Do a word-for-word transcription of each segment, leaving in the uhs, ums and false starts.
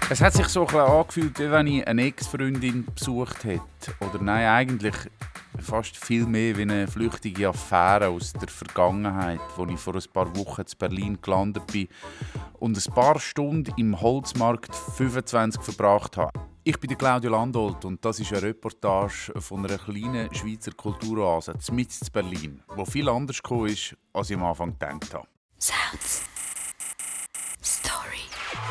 Es hat sich so ein bisschen angefühlt, wie wenn ich eine Ex-Freundin besucht hätte. Oder nein, eigentlich fast viel mehr wie eine flüchtige Affäre aus der Vergangenheit, wo ich vor ein paar Wochen in Berlin gelandet bin und ein paar Stunden im Holzmarkt fünfundzwanzig verbracht habe. Ich bin Claudio Landolt und das ist eine Reportage von einer kleinen Schweizer Kulturoase mitten in Berlin, wo viel anders gekommen ist, als ich am Anfang gedacht habe. Sounds. Story.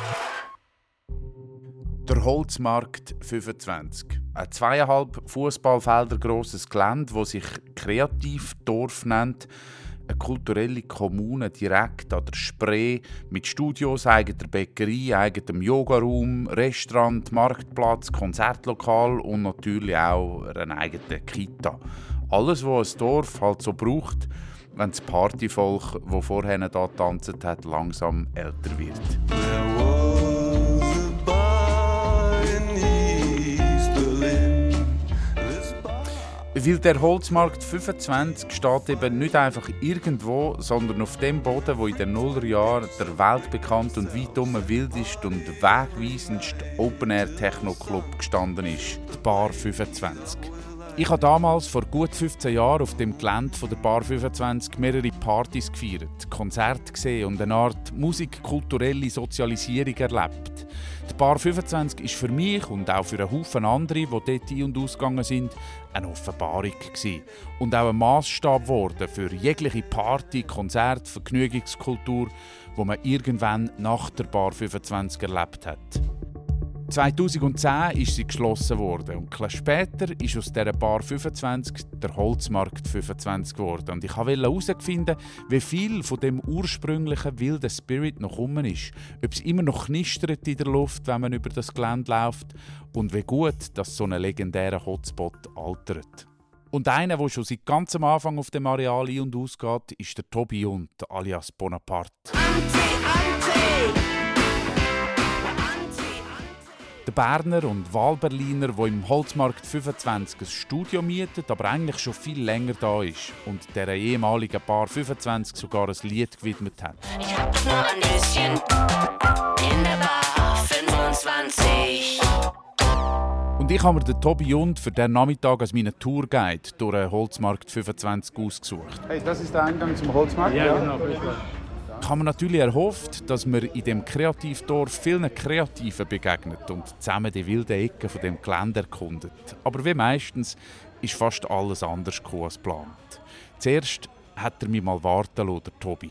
Der Holzmarkt fünfundzwanzig. Ein zweieinhalb Fußballfelder grosses Gelände, das sich Kreativdorf nennt. Eine kulturelle Kommune direkt an der Spree mit Studios, eigener Bäckerei, eigenem Yogaraum, Restaurant, Marktplatz, Konzertlokal und natürlich auch einer eigenen Kita. Alles, was ein Dorf halt so braucht, wenn das Partyvolk, das vorher hier getanzt hat, langsam älter wird. Weil der Holzmarkt fünfundzwanzig steht eben nicht einfach irgendwo, sondern auf dem Boden, wo in den Nullerjahren der weltbekannte und weitum wildeste und wegweisendste Open-Air-Techno-Club gestanden ist, die Bar fünfundzwanzig. Ich habe damals vor gut fünfzehn Jahren auf dem Gelände von der Bar fünfundzwanzig mehrere Partys gefeiert, Konzerte gesehen und eine Art musikkulturelle Sozialisierung erlebt. Die Bar fünfundzwanzig war für mich und auch für einen Haufen andere, die dort ein- und ausgegangen sind, eine Offenbarung gewesen. Und auch ein Massstab geworden für jegliche Party, Konzert, Vergnügungskultur, die man irgendwann nach der Bar fünfundzwanzig erlebt hat. zweitausendzehn ist sie geschlossen worden und etwas später ist aus dieser Bar fünfundzwanzig der Holzmarkt fünfundzwanzig geworden. Und ich wollte herausfinden, wie viel von dem ursprünglichen wilden Spirit noch rum ist, ob es immer noch knistert in der Luft, wenn man über das Gelände läuft und wie gut dass so ein legendärer Hotspot altert. Und einer, der schon seit ganzem Anfang auf dem Areal ein- und ausgeht, ist der Tobi Junt, alias Bonaparte. Anti, Anti! Der Berner und Wahlberliner, der im Holzmarkt fünfundzwanzig ein Studio mietet, aber eigentlich schon viel länger da ist und der ehemaligen Bar fünfundzwanzig sogar ein Lied gewidmet hat. Ich hab doch nur ein bisschen in der Bar fünfundzwanzig. Und ich habe mir den Tobi Junt für diesen Nachmittag als meinen Tourguide durch den Holzmarkt fünfundzwanzig ausgesucht. Hey, das ist der Eingang zum Holzmarkt? Ja, genau. Ich habe mir natürlich erhofft, dass man in dem Kreativdorf vielen Kreativen begegnet und zusammen die wilden Ecken von dem Gelände erkundet. Aber wie meistens ist fast alles anders gekommen als geplant. Zuerst hat er mich mal warten lassen, der Tobi.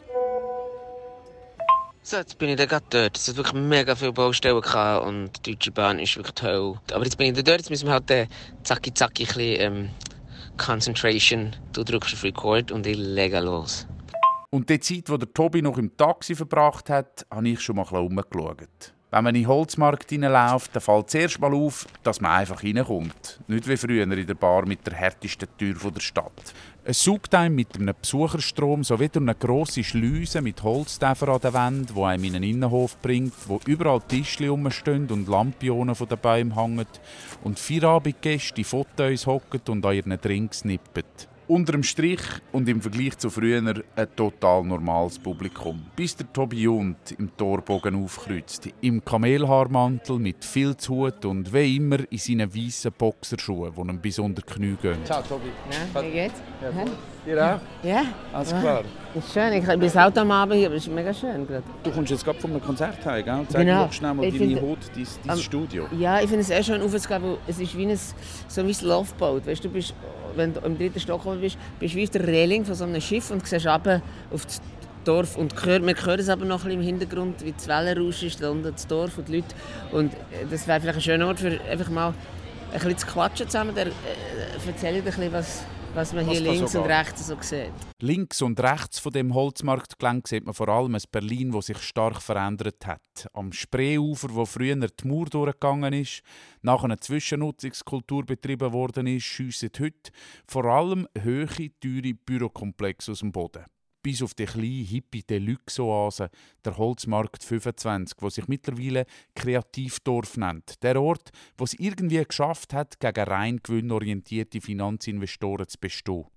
So, jetzt bin ich da gerade dort. Es hat wirklich mega viele Baustellen gehabt und die Deutsche Bahn ist wirklich toll. Aber jetzt bin ich da dort, jetzt müssen wir halt äh, zacki zacki ein bisschen ähm, Concentration. Du drückst auf Record und ich lege los. Und die Zeit, die der Tobi noch im Taxi verbracht hat, habe ich schon mal herumgeschaut. Wenn man in den Holzmarkt hineinläuft, dann fällt zuerst mal auf, dass man einfach reinkommt. Nicht wie früher in der Bar mit der härtesten Tür der Stadt. Es saugt einem mit einem Besucherstrom sowie durch eine grosse Schleuse mit Holztäfer an der Wand, die einem in einen Innenhof bringt, wo überall Tischchen rumstehen und Lampionen von den Bäumen hängen und Feierabendgäste in Fauteuils hocken und an ihren Drinks nippen. Unter dem Strich und im Vergleich zu früher ein total normales Publikum. Bis der Tobi Junt im Torbogen aufkreuzt, im Kamelhaarmantel mit Filzhut und wie immer in seinen weißen Boxerschuhen, die ihm bis unter die Knie gehen. Ciao, Tobi. Na, wie geht's? Ja, dir auch? Ja? Alles Ja. klar. Ist schön. Ich bin das Auto am Abend hier, aber es ist mega schön gerade. Du kommst jetzt gerade von einem Konzert heim, gell? Zeig Genau. mir doch schnell mal Ich deine finde- Haut, dein, dein Ähm, Studio. Ja, ich finde es sehr schön aufzugehen, weil es ist wie ein, so wie ein Loveboat. Weißt, du bist, wenn du im dritten Stock bist, bist du wie auf der Reling von so einem Schiff und siehst runter auf das Dorf. Und hör, wir hören es aber noch ein bisschen im Hintergrund, wie das Wellenrausch ist, da unten das Dorf und die Leute. Und äh, das wäre vielleicht ein schöner Ort, für einfach mal ein bisschen zu quatschen zusammen. Der, äh, erzähl ein bisschen, was, was man hier Was da so links und geht. rechts so sieht. Links und rechts von dem Holzmarktgelände sieht man vor allem ein Berlin, das sich stark verändert hat. Am Spreeufer, wo früher die Mauer durchgegangen ist, nach einer Zwischennutzungskultur betrieben worden ist, schiessen heute vor allem hohe, teure Bürokomplexe aus dem Boden. Bis auf die kleine hippie Deluxe-Oase, der Holzmarkt fünfundzwanzig, wo sich mittlerweile Kreativdorf nennt. Der Ort, wo es irgendwie geschafft hat, gegen rein gewinnorientierte Finanzinvestoren zu bestehen.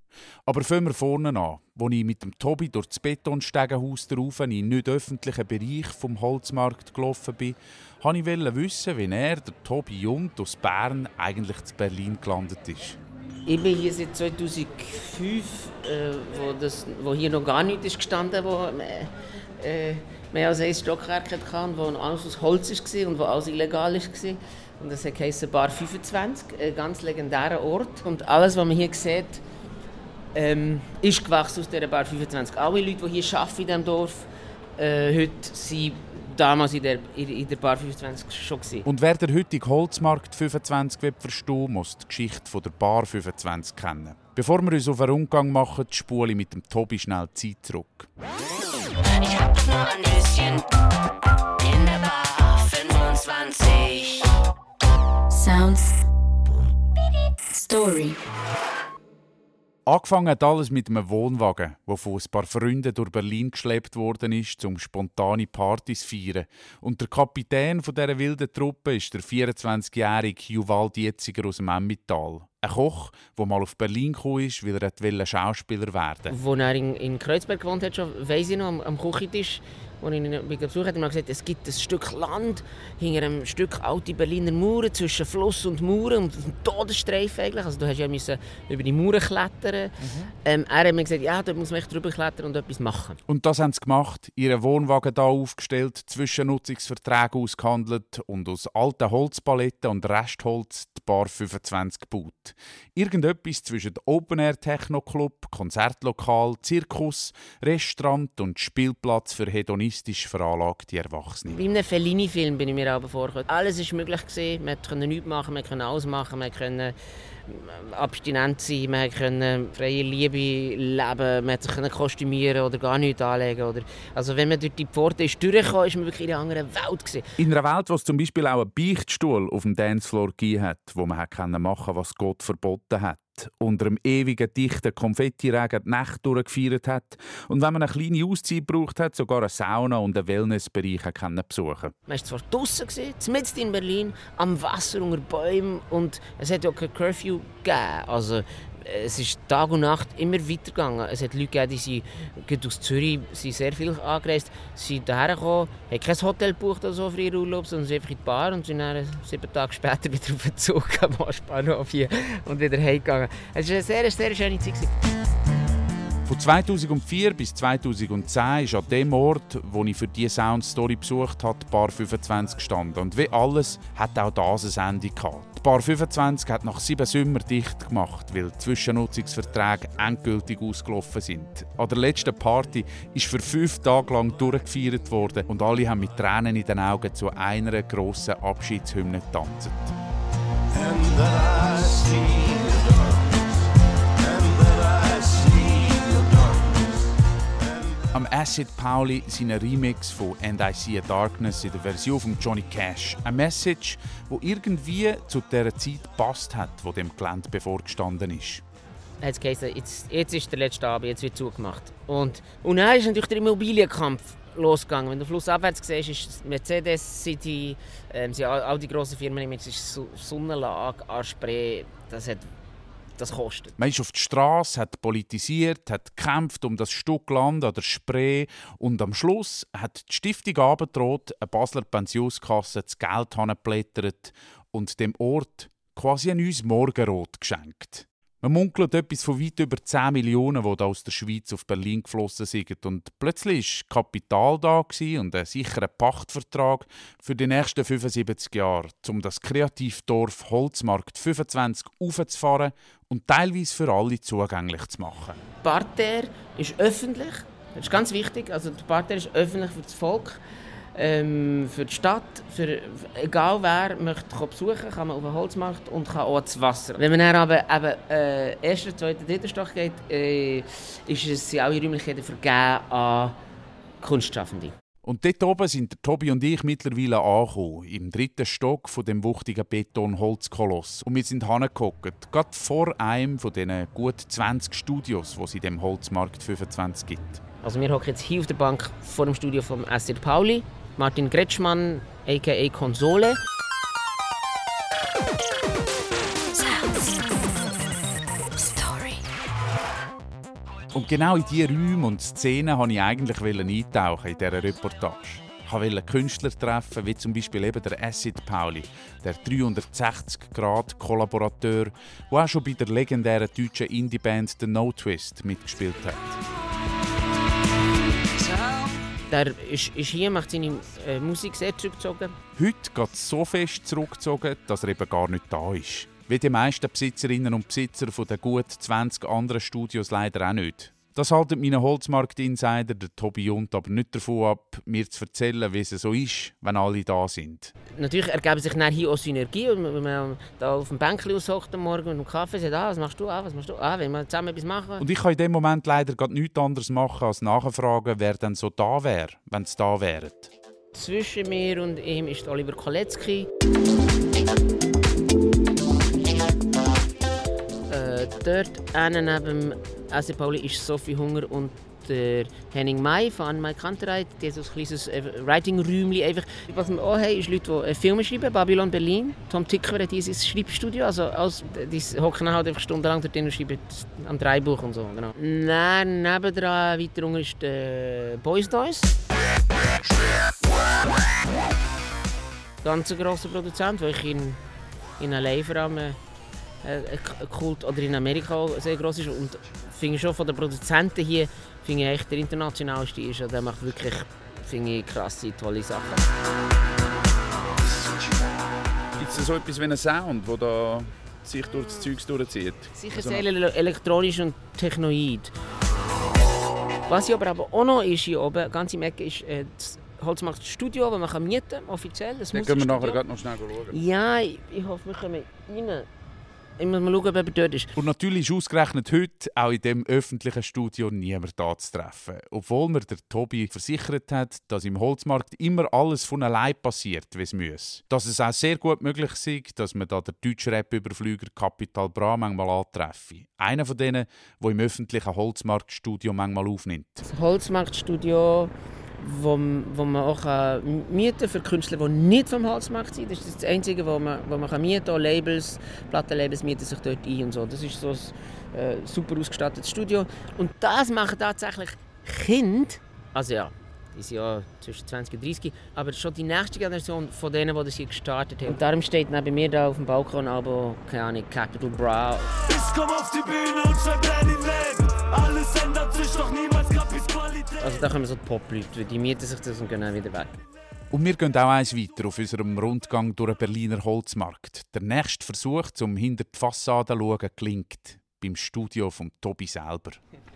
Aber fangen wir vorne an. Als ich mit dem Tobi durch das Betonstegenhaus drauf in den nicht öffentlichen Bereich vom Holzmarkt gelaufen bin, wollte ich wissen, wie er, der Tobi Junt aus Bern, eigentlich in Berlin gelandet ist. Ich bin hier seit zweitausendfünf, äh, wo, das, wo hier noch gar nichts ist gestanden, wo äh, mehr als ein Stockwerk hatte, wo alles aus Holz war und wo alles illegal war. Und das heisst Bar fünfundzwanzig, ein ganz legendärer Ort. Und alles, was man hier sieht, ähm, ist gewachsen aus dieser Bar fünfundzwanzig. Alle Leute, die hier arbeiten in diesem Dorf, äh, heute sind damals in der, in der Bar fünfundzwanzig schon gewesen. Und wer den heutigen Holzmarkt fünfundzwanzig verstehen will, muss die Geschichte von der Bar fünfundzwanzig kennen. Bevor wir uns auf einen Rundgang machen, spule ich mit dem Tobi schnell die Zeit zurück. Ich hab doch nur ein bisschen in der Bar fünfundzwanzig. Sounds Story. Angefangen hat alles mit einem Wohnwagen, der von ein paar Freunden durch Berlin geschleppt worden ist, um spontane Partys zu feiern. Und der Kapitän dieser wilden Truppe ist der vierundzwanzigjährige Juval Dietziger aus dem Emmental. Ein Koch, der mal auf Berlin gekommen ist, weil er Schauspieler werden wollte. Als er in, in Kreuzberg gewohnt hat, schon, weiss ich noch, am, am Küchentisch, als ich ihn besucht habe, hat er gesagt, es gibt ein Stück Land hinter einem Stück alte Berliner Mauern, zwischen Fluss und Mauern, und ein Todesstreifen eigentlich. Also du musst ja müssen über die Mauern klettern. Mhm. Ähm, er hat mir gesagt, ja, dort muss man echt drüber klettern und etwas machen. Und das haben sie gemacht, ihren Wohnwagen hier aufgestellt, Zwischennutzungsverträge ausgehandelt und aus alten Holzpaletten und Restholz die Bar fünfundzwanzig gebaut. Irgendetwas zwischen Open-Air-Techno-Club, Konzertlokal, Zirkus, Restaurant und Spielplatz für hedonistisch veranlagte Erwachsene. Wie in einem Fellini-Film bin ich mir aber vorgekommen. Alles war möglich. Man konnte nichts machen, man konnte alles machen, man konnte abstinent sein, man konnte freie Liebe leben, man konnte sich kostümieren oder gar nichts anlegen. Oder also wenn man durch die Pforte ist durchgekommen, ist man wirklich in einer anderen Welt gewesen. In einer Welt, wo es zum Beispiel auch einen Beichtstuhl auf dem Dancefloor gegeben hat, wo man machen konnte, was Gott verboten hat. Unter einem ewigen, dichten Konfettiregen die Nacht durchgefeiert hat und wenn man eine kleine Auszeit gebraucht hat, sogar eine Sauna und einen Wellnessbereich besuchen konnte. Man war zwar draussen, mitten in Berlin, am Wasser, unter Bäumen, und es hat auch kein Curfew gegeben. Also, es ist Tag und Nacht immer weitergegangen. Es hat Leute gegeben, die sind aus Zürich sind sehr viel angereist, sind hierher gekommen, haben kein Hotel gebucht oder so für ihren Urlaub, sondern sind einfach in die Bar und sind dann sieben Tage später wieder auf den Zug am Bahnhof hier und wieder heimgegangen. Es war eine sehr, sehr schöne Zeit. Von zweitausendvier bis zweitausendzehn ist an dem Ort, wo ich für diese Soundstory besucht habe, die Bar fünfundzwanzig gestanden. Und wie alles hat auch das ein Ende gehabt. Die Bar fünfundzwanzig hat nach sieben Sommern dicht gemacht, weil die Zwischennutzungsverträge endgültig ausgelaufen sind. An der letzten Party ist für fünf Tage lang durchgefeiert worden und alle haben mit Tränen in den Augen zu einer grossen Abschiedshymne getanzt. Am Acid Pauli sein Remix von «And I See a Darkness» in der Version von Johnny Cash. Eine Message, die irgendwie zu der Zeit gepasst hat, die dem Gelände bevorgestanden ist. Jetzt, jetzt, jetzt ist der letzte Abend, jetzt wird zugemacht. Und, und dann ist natürlich der Immobilienkampf losgegangen. Wenn du flussabwärts siehst, ist Mercedes City, ähm, sind all, all die grossen Firmen, jetzt ist Sonnenlage, Aspre, das hat das kostet. Man ist auf die Straße, hat politisiert, hat gekämpft um das Stück Land an der Spree und am Schluss hat die Stiftung Abendrot, eine Basler Pensionskasse, das Geld hingeblättert und dem Ort quasi ein neues Morgenrot geschenkt. Man munkelt etwas von weit über zehn Millionen, die aus der Schweiz auf Berlin geflossen sind. Und plötzlich war Kapital da und ein sicherer Pachtvertrag für die nächsten fünfundsiebzig Jahre, um das Kreativdorf Holzmarkt fünfundzwanzig aufzufahren und teilweise für alle zugänglich zu machen. Der Parterre ist öffentlich, das ist ganz wichtig. Also der Parterre ist öffentlich für das Volk. Ähm, für die Stadt, für egal wer möchte besuchen, kann man auf den Holzmarkt und kann auch ins Wasser. Wenn man dann aber eben äh, ersten, zweiten, dritten Stock geht, äh, ist es sind alle Räumlichkeiten vergeben an Kunstschaffende. Und dort oben sind der Tobi und ich mittlerweile angekommen, im dritten Stock von dem wuchtigen Beton-Holzkoloss. Und wir sind hingehockt, gerade vor einem von diesen gut zwanzig Studios, die es in dem Holzmarkt fünfundzwanzig gibt. Also wir hocken jetzt hier auf der Bank vor dem Studio vom Acid Pauli. Martin Kretschmann, a k a. Konsole. Sounds Story. Und genau in diese Räume und Szenen wollte ich eigentlich eintauchen in dieser Reportage. Ich wollte Künstler treffen, wie zum Beispiel eben der Acid Pauli, der dreihundertsechzig Grad Kollaborateur, der auch schon bei der legendären deutschen Indie-Band The No Twist mitgespielt hat. Der ist, ist hier, macht seine äh, Musik sehr zurückgezogen. Heute geht es so fest zurückgezogen, dass er eben gar nicht da ist. Wie die meisten Besitzerinnen und Besitzer von den gut zwanzig anderen Studios leider auch nicht. Das haltet mein Holzmarkt-Insider, der Tobi Junt, aber nicht davon ab, mir zu erzählen, wie es so ist, wenn alle da sind. Natürlich ergeben sich dann hier auch Synergien, wenn man da auf dem Bänkchen aushockt am Morgen und einen Kaffee sagt, ah, was machst du, ah, was machst du, ah, wenn wir zusammen etwas machen. Und ich kann in dem Moment leider gerade nichts anderes machen, als nachfragen, wer denn so da wäre, wenn sie da wären. Zwischen mir und ihm ist Oliver Kolecki. Äh, dort neben Acid Pauli ist Sophie Hunger und der Henning May von My Kantereit. Die haben so ein kleines Writing-Räumchen. Was wir auch haben, ist Leute, die Filme schreiben. Babylon Berlin. Tom Tickwer hat dieses Schreibstudio. Also, als, die hocken halt einfach stundenlang dort und schreiben am Dreibuch und so. Genau. Dann nebendran weiter unten ist der Boys Noise. Ganz ein grosser Produzent, der in, in L A vor allem ein Kult oder in Amerika auch sehr gross ist. Und finde ich schon von den Produzenten hier finde ich echt der internationalste ist. Der macht wirklich finde ich, krasse, tolle Sachen. Gibt es so etwas wie einen Sound, der da sich durch das Zeug durchzieht? Sicher also sehr ele- elektronisch und technoid. Was hier aber auch noch ist, hier oben, ganz im Ecke, ist äh, das Holzmarkt-Studio, das man kann mieten kann, offiziell. Das können wir nachher gerade noch schnell schauen. Ja, ich, ich hoffe, wir kommen rein. Ich muss mal schauen, ob jemand dort ist. Und natürlich ist ausgerechnet heute auch in diesem öffentlichen Studio niemand da zu treffen. Obwohl mir der Tobi versichert hat, dass im Holzmarkt immer alles von allein passiert, wie es muss. Dass es auch sehr gut möglich ist, dass man da den deutschen Rap-Überflüger Capital Bra manchmal antreffe. Einer von denen, der im öffentlichen Holzmarktstudio manchmal aufnimmt. Das Holzmarktstudio, wo, wo man auch mieten kann für Künstler, die nicht vom Holzmarkt sind. Das ist das Einzige, wo man, wo man mieten kann. Labels, Plattenlabels mieten sich dort ein und so. Das ist so ein äh, super ausgestattetes Studio. Und das machen tatsächlich Kinder. Also ja, die sind ja zwischen zwanzig und dreißig. Aber schon die nächste Generation von denen, die das hier gestartet haben. Und darum steht neben mir da auf dem Balkon aber, keine Ahnung, Capital Bra. Ich komm auf die Bühne und schreib Berlin Leben. Alles ändert sich, doch niemals gab es Qualität. Also da kommen so die Pop-Leute, die mieten sich das und gehen dann wieder weg. Und wir gehen auch eins weiter auf unserem Rundgang durch den Berliner Holzmarkt. Der nächste Versuch, um hinter die Fassade zu schauen, gelingt beim Studio von Tobi selber.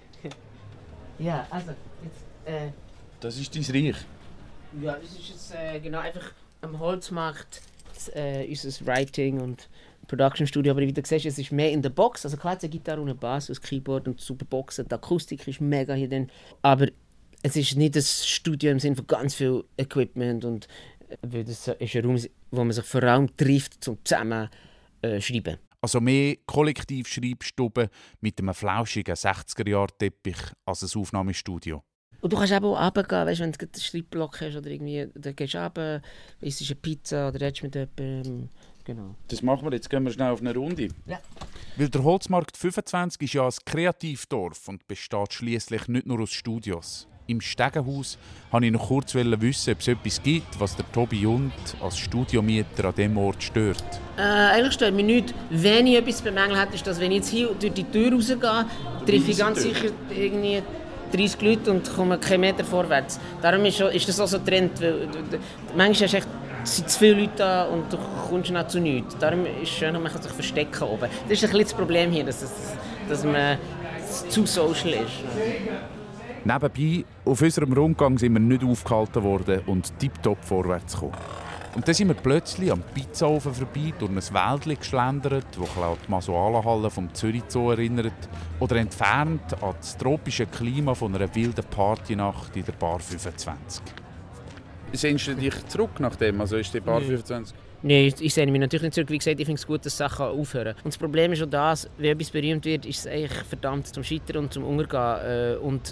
Ja, also, jetzt, äh... Das ist dein Reich? Ja, das ist jetzt äh, genau einfach am Holzmarkt äh, unser Writing und Production Studio, aber wie du siehst, es ist mehr in der Box. Also klar, es ist eine Gitarre und ein Bass, ein Keyboard und super Boxen. Die Akustik ist mega hier drin. Aber es ist nicht ein Studio im Sinne von ganz viel Equipment. Und äh, das ist ein Raum, wo man sich vor allem trifft, um zusammen äh, schreiben. Also mehr Kollektivschreibstube mit einem flauschigen sechziger-Jahre-Teppich als ein Aufnahmestudio. Und du kannst auch runtergehen, weißt, wenn du einen Schreibblock hast oder irgendwie, dann gehst du runter, isst eine Pizza oder redest mit jemandem. Genau. Das machen wir, jetzt gehen wir schnell auf eine Runde. Ja. Weil der Holzmarkt fünfundzwanzig ist ja ein Kreativdorf und besteht schliesslich nicht nur aus Studios. Im Stegenhaus wollte ich noch kurz wissen, ob es etwas gibt, was der Tobi Junt als Studiomieter an diesem Ort stört. Äh, eigentlich stört mich nichts. Wenn ich etwas bemängeln hätte, ist, dass wenn ich jetzt hier durch die Tür rausgehe, treffe ich ganz sicher irgendwie dreißig Leute und komme keinen Meter vorwärts. Darum ist, ist das auch so ein Trend. Weil, manchmal hast du echt, sind zu viele Leute da und du kommst nicht zu nichts. Darum ist es schön, man kann sich verstecken oben. Das ist ein bisschen das Problem hier, dass, es, dass man zu social ist. Nebenbei, auf unserem Rundgang sind wir nicht aufgehalten worden und tipptopp vorwärts gekommen. Und dann sind wir plötzlich am Pizzaofen vorbei, durch ein Wäldchen geschlendert, das an die Masuala-Halle vom Zürich Zoo erinnert, oder entfernt an das tropische Klima von einer wilden Partynacht in der Bar fünfundzwanzig. Sehnst du dich zurück nach dem? Also ist die Bar Nee. fünfundzwanzig? Nein, ich, ich sehe mich natürlich nicht zurück. Wie gesagt, ich finde es gut, dass Sachen aufhören. Und das Problem ist auch das, wenn etwas berühmt wird, ist es eigentlich verdammt zum Scheitern und zum Untergehen. Und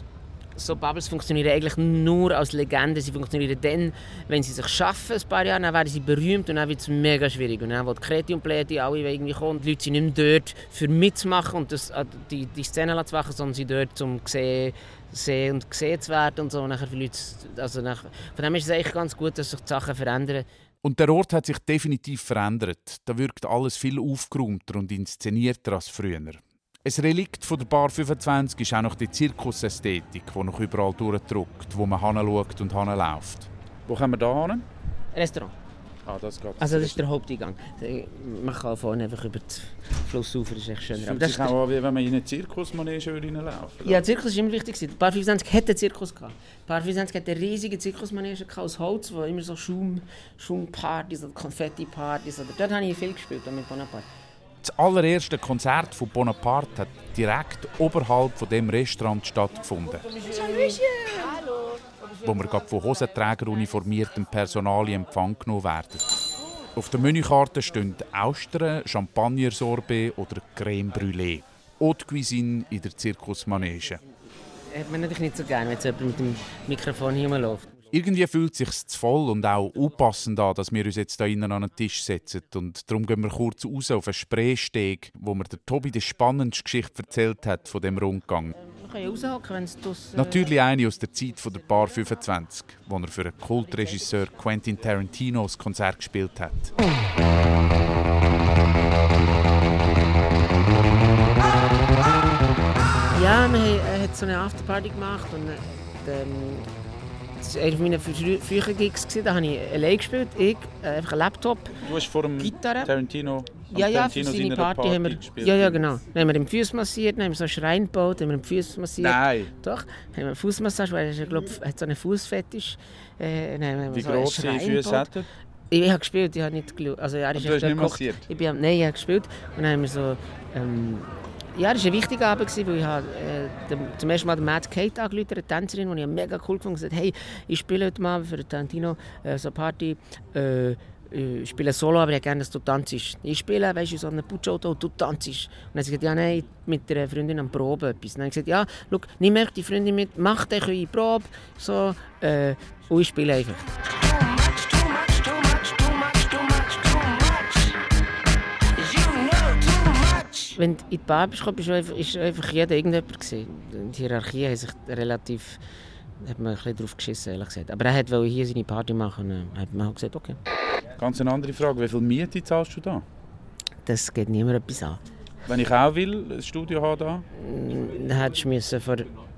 so Bubbles funktionieren eigentlich nur als Legende. Sie funktionieren dann, wenn sie sich schaffen, ein paar Jahre, dann werden sie berühmt und dann wird es mega schwierig. Und dann will die Kreti und Pleti alle irgendwie kommen und die Leute sind nicht mehr dort, für mitzumachen und das, die, die Szene zu machen, sondern sie dort, um sehen, sehen und gesehen zu werden und so. Und nachher für Leute, also nach, von dem ist es eigentlich ganz gut, dass sich die Sachen verändern. Und der Ort hat sich definitiv verändert. Da wirkt alles viel aufgeräumter und inszenierter als früher. Ein Relikt von der Bar fünfundzwanzig ist auch noch die Zirkusästhetik, die noch überall durchdrückt, wo man hinschaut und hinläuft. Wo kommen wir da hin? Restaurant. Ah, das geht. Also das ist der Haupteingang. Man kann vorne einfach über das Flussufer, das ist echt schön. Es Aber fühlt das sich ist auch an, wie wenn man in eine Zirkusmanege reinlaufen. ja, der Zirkus war immer wichtig. Die Bar fünfundzwanzig hatte einen Zirkus. Die Bar fünfundzwanzig hatte eine riesige Zirkusmanege aus Holz, wo immer so Schaum, Schaumpartys oder Konfetti-Partys. Oder dort habe ich viel gespielt mit Bonaparte. Das allererste Konzert von Bonaparte hat direkt oberhalb von dem Restaurant stattgefunden, wo wir gerade von Hosenträgern uniformiertem Personal in Empfang genommen werden. Auf der Menükarte stehen Austern, Champagner-Sorbet oder Crème Brûlée. Haute Cuisine in der Zirkusmanege. Hat man natürlich nicht so gerne, wenn jetzt jemand mit dem Mikrofon hier rumläuft. Irgendwie fühlt es sich zu voll und auch unpassend an, dass wir uns jetzt hier innen an den Tisch setzen. Und darum gehen wir kurz raus auf einen Spreesteg, wo mir der Tobi die spannendste Geschichte erzählt hat von dem Rundgang. Man kann ja raushocken, wenn es das... Äh... Natürlich eine aus der Zeit von der Bar fünfundzwanzig, wo er für den Kultregisseur Quentin Tarantino das Konzert gespielt hat. Ja, wir haben, er hat so eine Afterparty gemacht und ähm, das war einer meiner früheren Gigs. Da habe ich allein gespielt, ich, äh, einfach ein Laptop, Du hast vor dem Gitarre. Tarantino, Ja, ja, Tarantino für seine seiner Party, Party haben wir, gespielt. ja, ja, genau. Dann haben wir den Fuß massiert, dann haben wir so einen Schrein gebaut, dann haben wir den Fuß massiert. Nein. Doch, dann haben wir eine Fußmassage, weil er glaub, hat so einen Fußfetisch. Äh, dann haben wir Wie so einen grosse Schrein Füße gebaut. hat er? Ich, ich habe gespielt, ich habe nicht geschaut. Also, er ist du hast echt nicht gekocht. massiert? Ich bin, nein, ich habe gespielt. Und dann haben wir so... Ähm, ja, das war ein wichtiger Abend, weil ich habe, äh, dem, zum ersten Mal Matt Kate angerufen, eine Tänzerin, die ich mega cool fand, und gesagt hey, ich spiele heute mal für Tarantino äh, so eine Party. Äh, ich spiele Solo, aber ich hätte gerne, dass du tanzt. Ich spiele, weißt du, so eine Putschauto und du tanzt. Und dann hat sie gesagt, ja, nein, mit der Freundin am Probe etwas. Und dann habe ich gesagt, ja, schau, nimm echt die Freundin mit, mach dich in die Probe, so, äh, und ich spiele einfach. Wenn du in die Bar bist, war einfach, einfach jeder irgendjemand gewesen. Die Hierarchie hat sich relativ, hat man ein bisschen drauf geschissen, ehrlich gesagt. Aber er wollte hier seine Party machen und hat man gesagt, okay. Ganz eine andere Frage, wie viel Miete zahlst du da? Das geht niemand etwas an. Wenn ich auch will, ein Studio haben da? Dann hättest du vor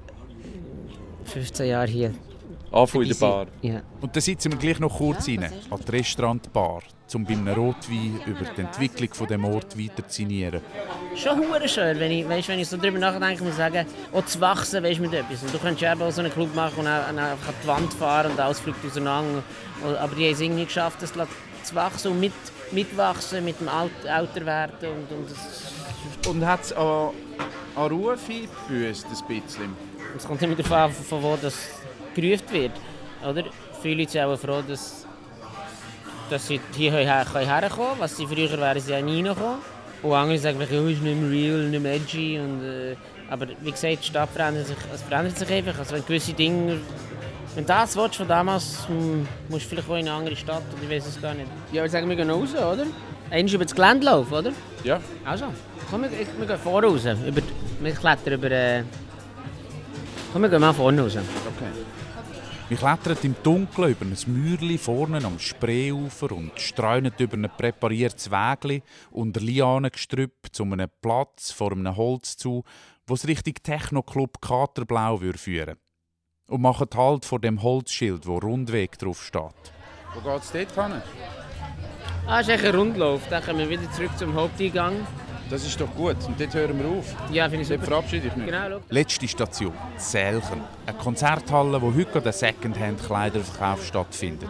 fünfzehn Jahren hier. Anfangen in der Bar? Ja. Und dann sitzen wir gleich noch kurz rein, an die Restaurantbar, um bei einem Rotwein über die Entwicklung von dem Ort weiter zu sinnieren. Schon hure schön, wenn ich, weißt, wenn ich so darüber nachdenke, muss ich sagen, auch zu wachsen, weißt, mit etwas. Und du könntest eben auch so einen Club machen und auch, und auch einfach an die Wand fahren und Ausflug auseinander. Aber die haben es irgendwie geschafft, das zu wachsen und mit, mitwachsen, mit dem Alt, Älterwerden. Und, und, das Und hat es an, an Ruf eingebüßt, ein bisschen? es kommt immer darauf an, von wo das gerufen wird. Oder? Viele Leute sind auch froh, dass, dass sie hier herkommen können. Was sie früher wären sie ja nie reingekommen. Und andere sagen, oh, es ist nicht mehr real, nicht mehr edgy. Und, äh, aber wie gesagt, die Stadt verändert sich, es verändert sich einfach. Also wenn gewisse Dinge... Wenn du das willst von damals, musst du vielleicht auch in eine andere Stadt. Oder ich weiß es gar nicht. Ja, aber sagen wir gehen raus, oder? Einmal über das Gelände laufen, oder? Ja. Also, komm, wir, wir gehen vorne raus. Über, wir klettern über... Äh, komm, wir gehen mal vorne raus. Okay. Wir klettern im Dunkeln über ein Mäuerchen vorne am Spreeufer und streunen über ein präpariertes Wägli unter Lianengestrüpp zu einem Platz vor einem Holz zu, wo es Richtung Techno-Club Katerblau führen würde. Und machen Halt vor dem Holzschild, wo Rundweg drauf steht. Wo geht es dort hin? Ah, es ist eigentlich ein Rundlauf. Dann kommen wir wieder zurück zum Haupteingang. Das ist doch gut. Und dort hören wir auf. Ja, finde ich Dort super. verabschiede ich mich. Genau, schau. Letzte Station, Sälchen. Eine Konzerthalle, wo heute der Secondhand-Kleiderverkauf stattfindet.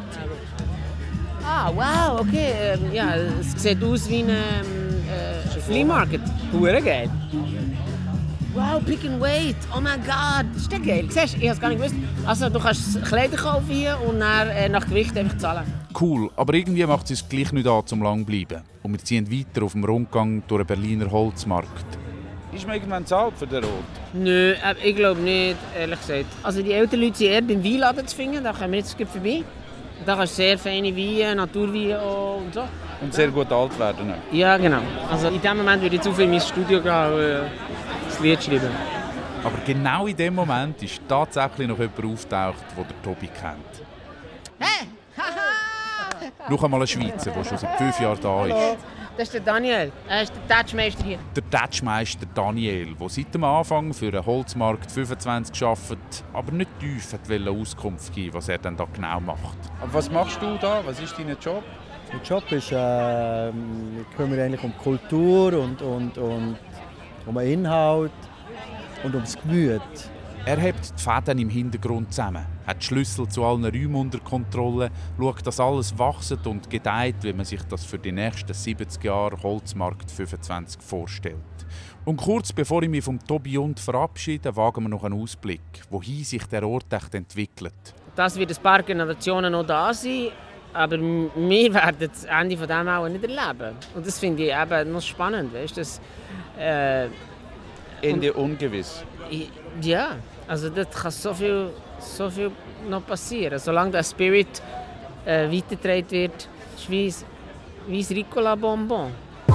Ah, wow, okay. Ähm, ja, es sieht aus wie ein ähm, äh, Flea Market. Hure geil. Wow, Pick and Wait. Oh mein Gott, das ist ja geil. Siehst du, ich habe es gar nicht gewusst. Also, du kannst Kleider kaufen hier und dann, äh, nach Gewicht einfach zahlen. Cool, aber irgendwie macht es uns gleich nicht an, zum lang zu bleiben. Und wir ziehen weiter auf dem Rundgang durch den Berliner Holzmarkt. Ist man irgendwann zahlt für den Rot? Nö, äh, ich glaube nicht, ehrlich gesagt. Also die älteren Leute sind eher beim Weinladen zu finden, da kommen wir jetzt vorbei. Da kannst du sehr feine Weine, Naturweine und so. Und sehr gut alt werden. Ja, genau. Also in dem Moment würde ich zu viel in mein Studio gehen und äh, das Lied schreiben. Aber genau in dem Moment ist tatsächlich noch jemand auftaucht, der der Tobi kennt. Hey! Noch einmal ein Schweizer, der schon seit fünf Jahren da ist. Das ist der Daniel, er ist der Touchmeister hier. Der Touchmeister Daniel, der seit dem Anfang für den Holzmarkt fünfundzwanzig arbeitet, aber nicht tief wollte Auskunft geben, was er denn da genau macht. Aber was machst du da? Was ist dein Job? Der Job ist, äh, wir kümmern eigentlich um Kultur und, und, und um den Inhalt und ums Gemüt. Er hebt die Fäden im Hintergrund zusammen, hat die Schlüssel zu allen Räumen unter Kontrolle, schaut, dass alles wächst und gedeiht, wie man sich das für die nächsten siebzig Jahre Holzmarkt fünfundzwanzig vorstellt. Und kurz bevor ich mich vom Tobi und verabschiede, wagen wir noch einen Ausblick, wohin sich der Ort echt entwickelt. Das wird ein paar Generationen noch da sein, aber wir werden das Ende von dem auch nicht erleben. Und das finde ich eben noch spannend, weißt, dass, äh, Ende ungewiss. Ja, also das kann so viel, so viel noch passieren. Solange der Spirit äh, weitergetragen wird, ist wie, wie ein Ricola-Bonbon.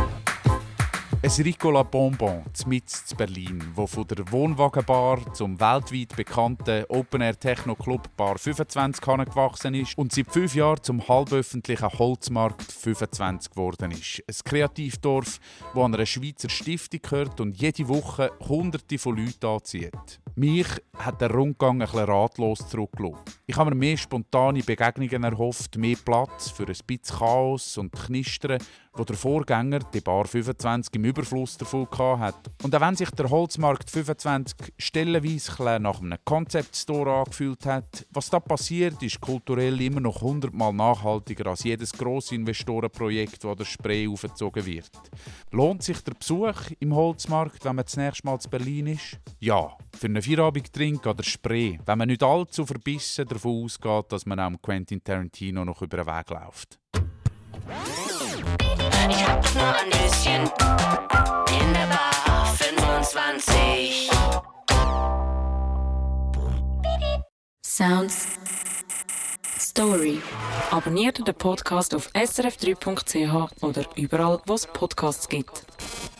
Ein Ricola-Bonbon mitten in Berlin, das von der Wohnwagenbar zum weltweit bekannten Open-Air-Techno-Club Bar fünfundzwanzig gewachsen ist und seit fünf Jahren zum halböffentlichen Holzmarkt fünfundzwanzig geworden ist. Ein Kreativdorf, das an einer Schweizer Stiftung gehört und jede Woche Hunderte von Leuten anzieht. Mich hat der Rundgang ein bisschen ratlos zurückgelassen. Ich habe mir mehr spontane Begegnungen erhofft, mehr Platz für ein bisschen Chaos und Knistern, wo der Vorgänger, die Bar fünfundzwanzig, im Überfluss davon hatte. Und auch wenn sich der Holzmarkt fünfundzwanzig stellenweise nach einem Concept-Store angefühlt hat, was da passiert, ist kulturell immer noch hundertmal nachhaltiger als jedes Grossinvestorenprojekt, das der Spree aufgezogen wird. Lohnt sich der Besuch im Holzmarkt, wenn man das nächste Mal in Berlin ist? Ja, für einen Feierabendtrink an der Spree, wenn man nicht allzu verbissen davon ausgeht, dass man auch Quentin Tarantino noch über den Weg läuft. Ich hab doch nur ein bisschen in der Bar fünfundzwanzig. Sounds Story. Abonniert den Podcast auf s r f drei punkt c h oder überall, wo es Podcasts gibt.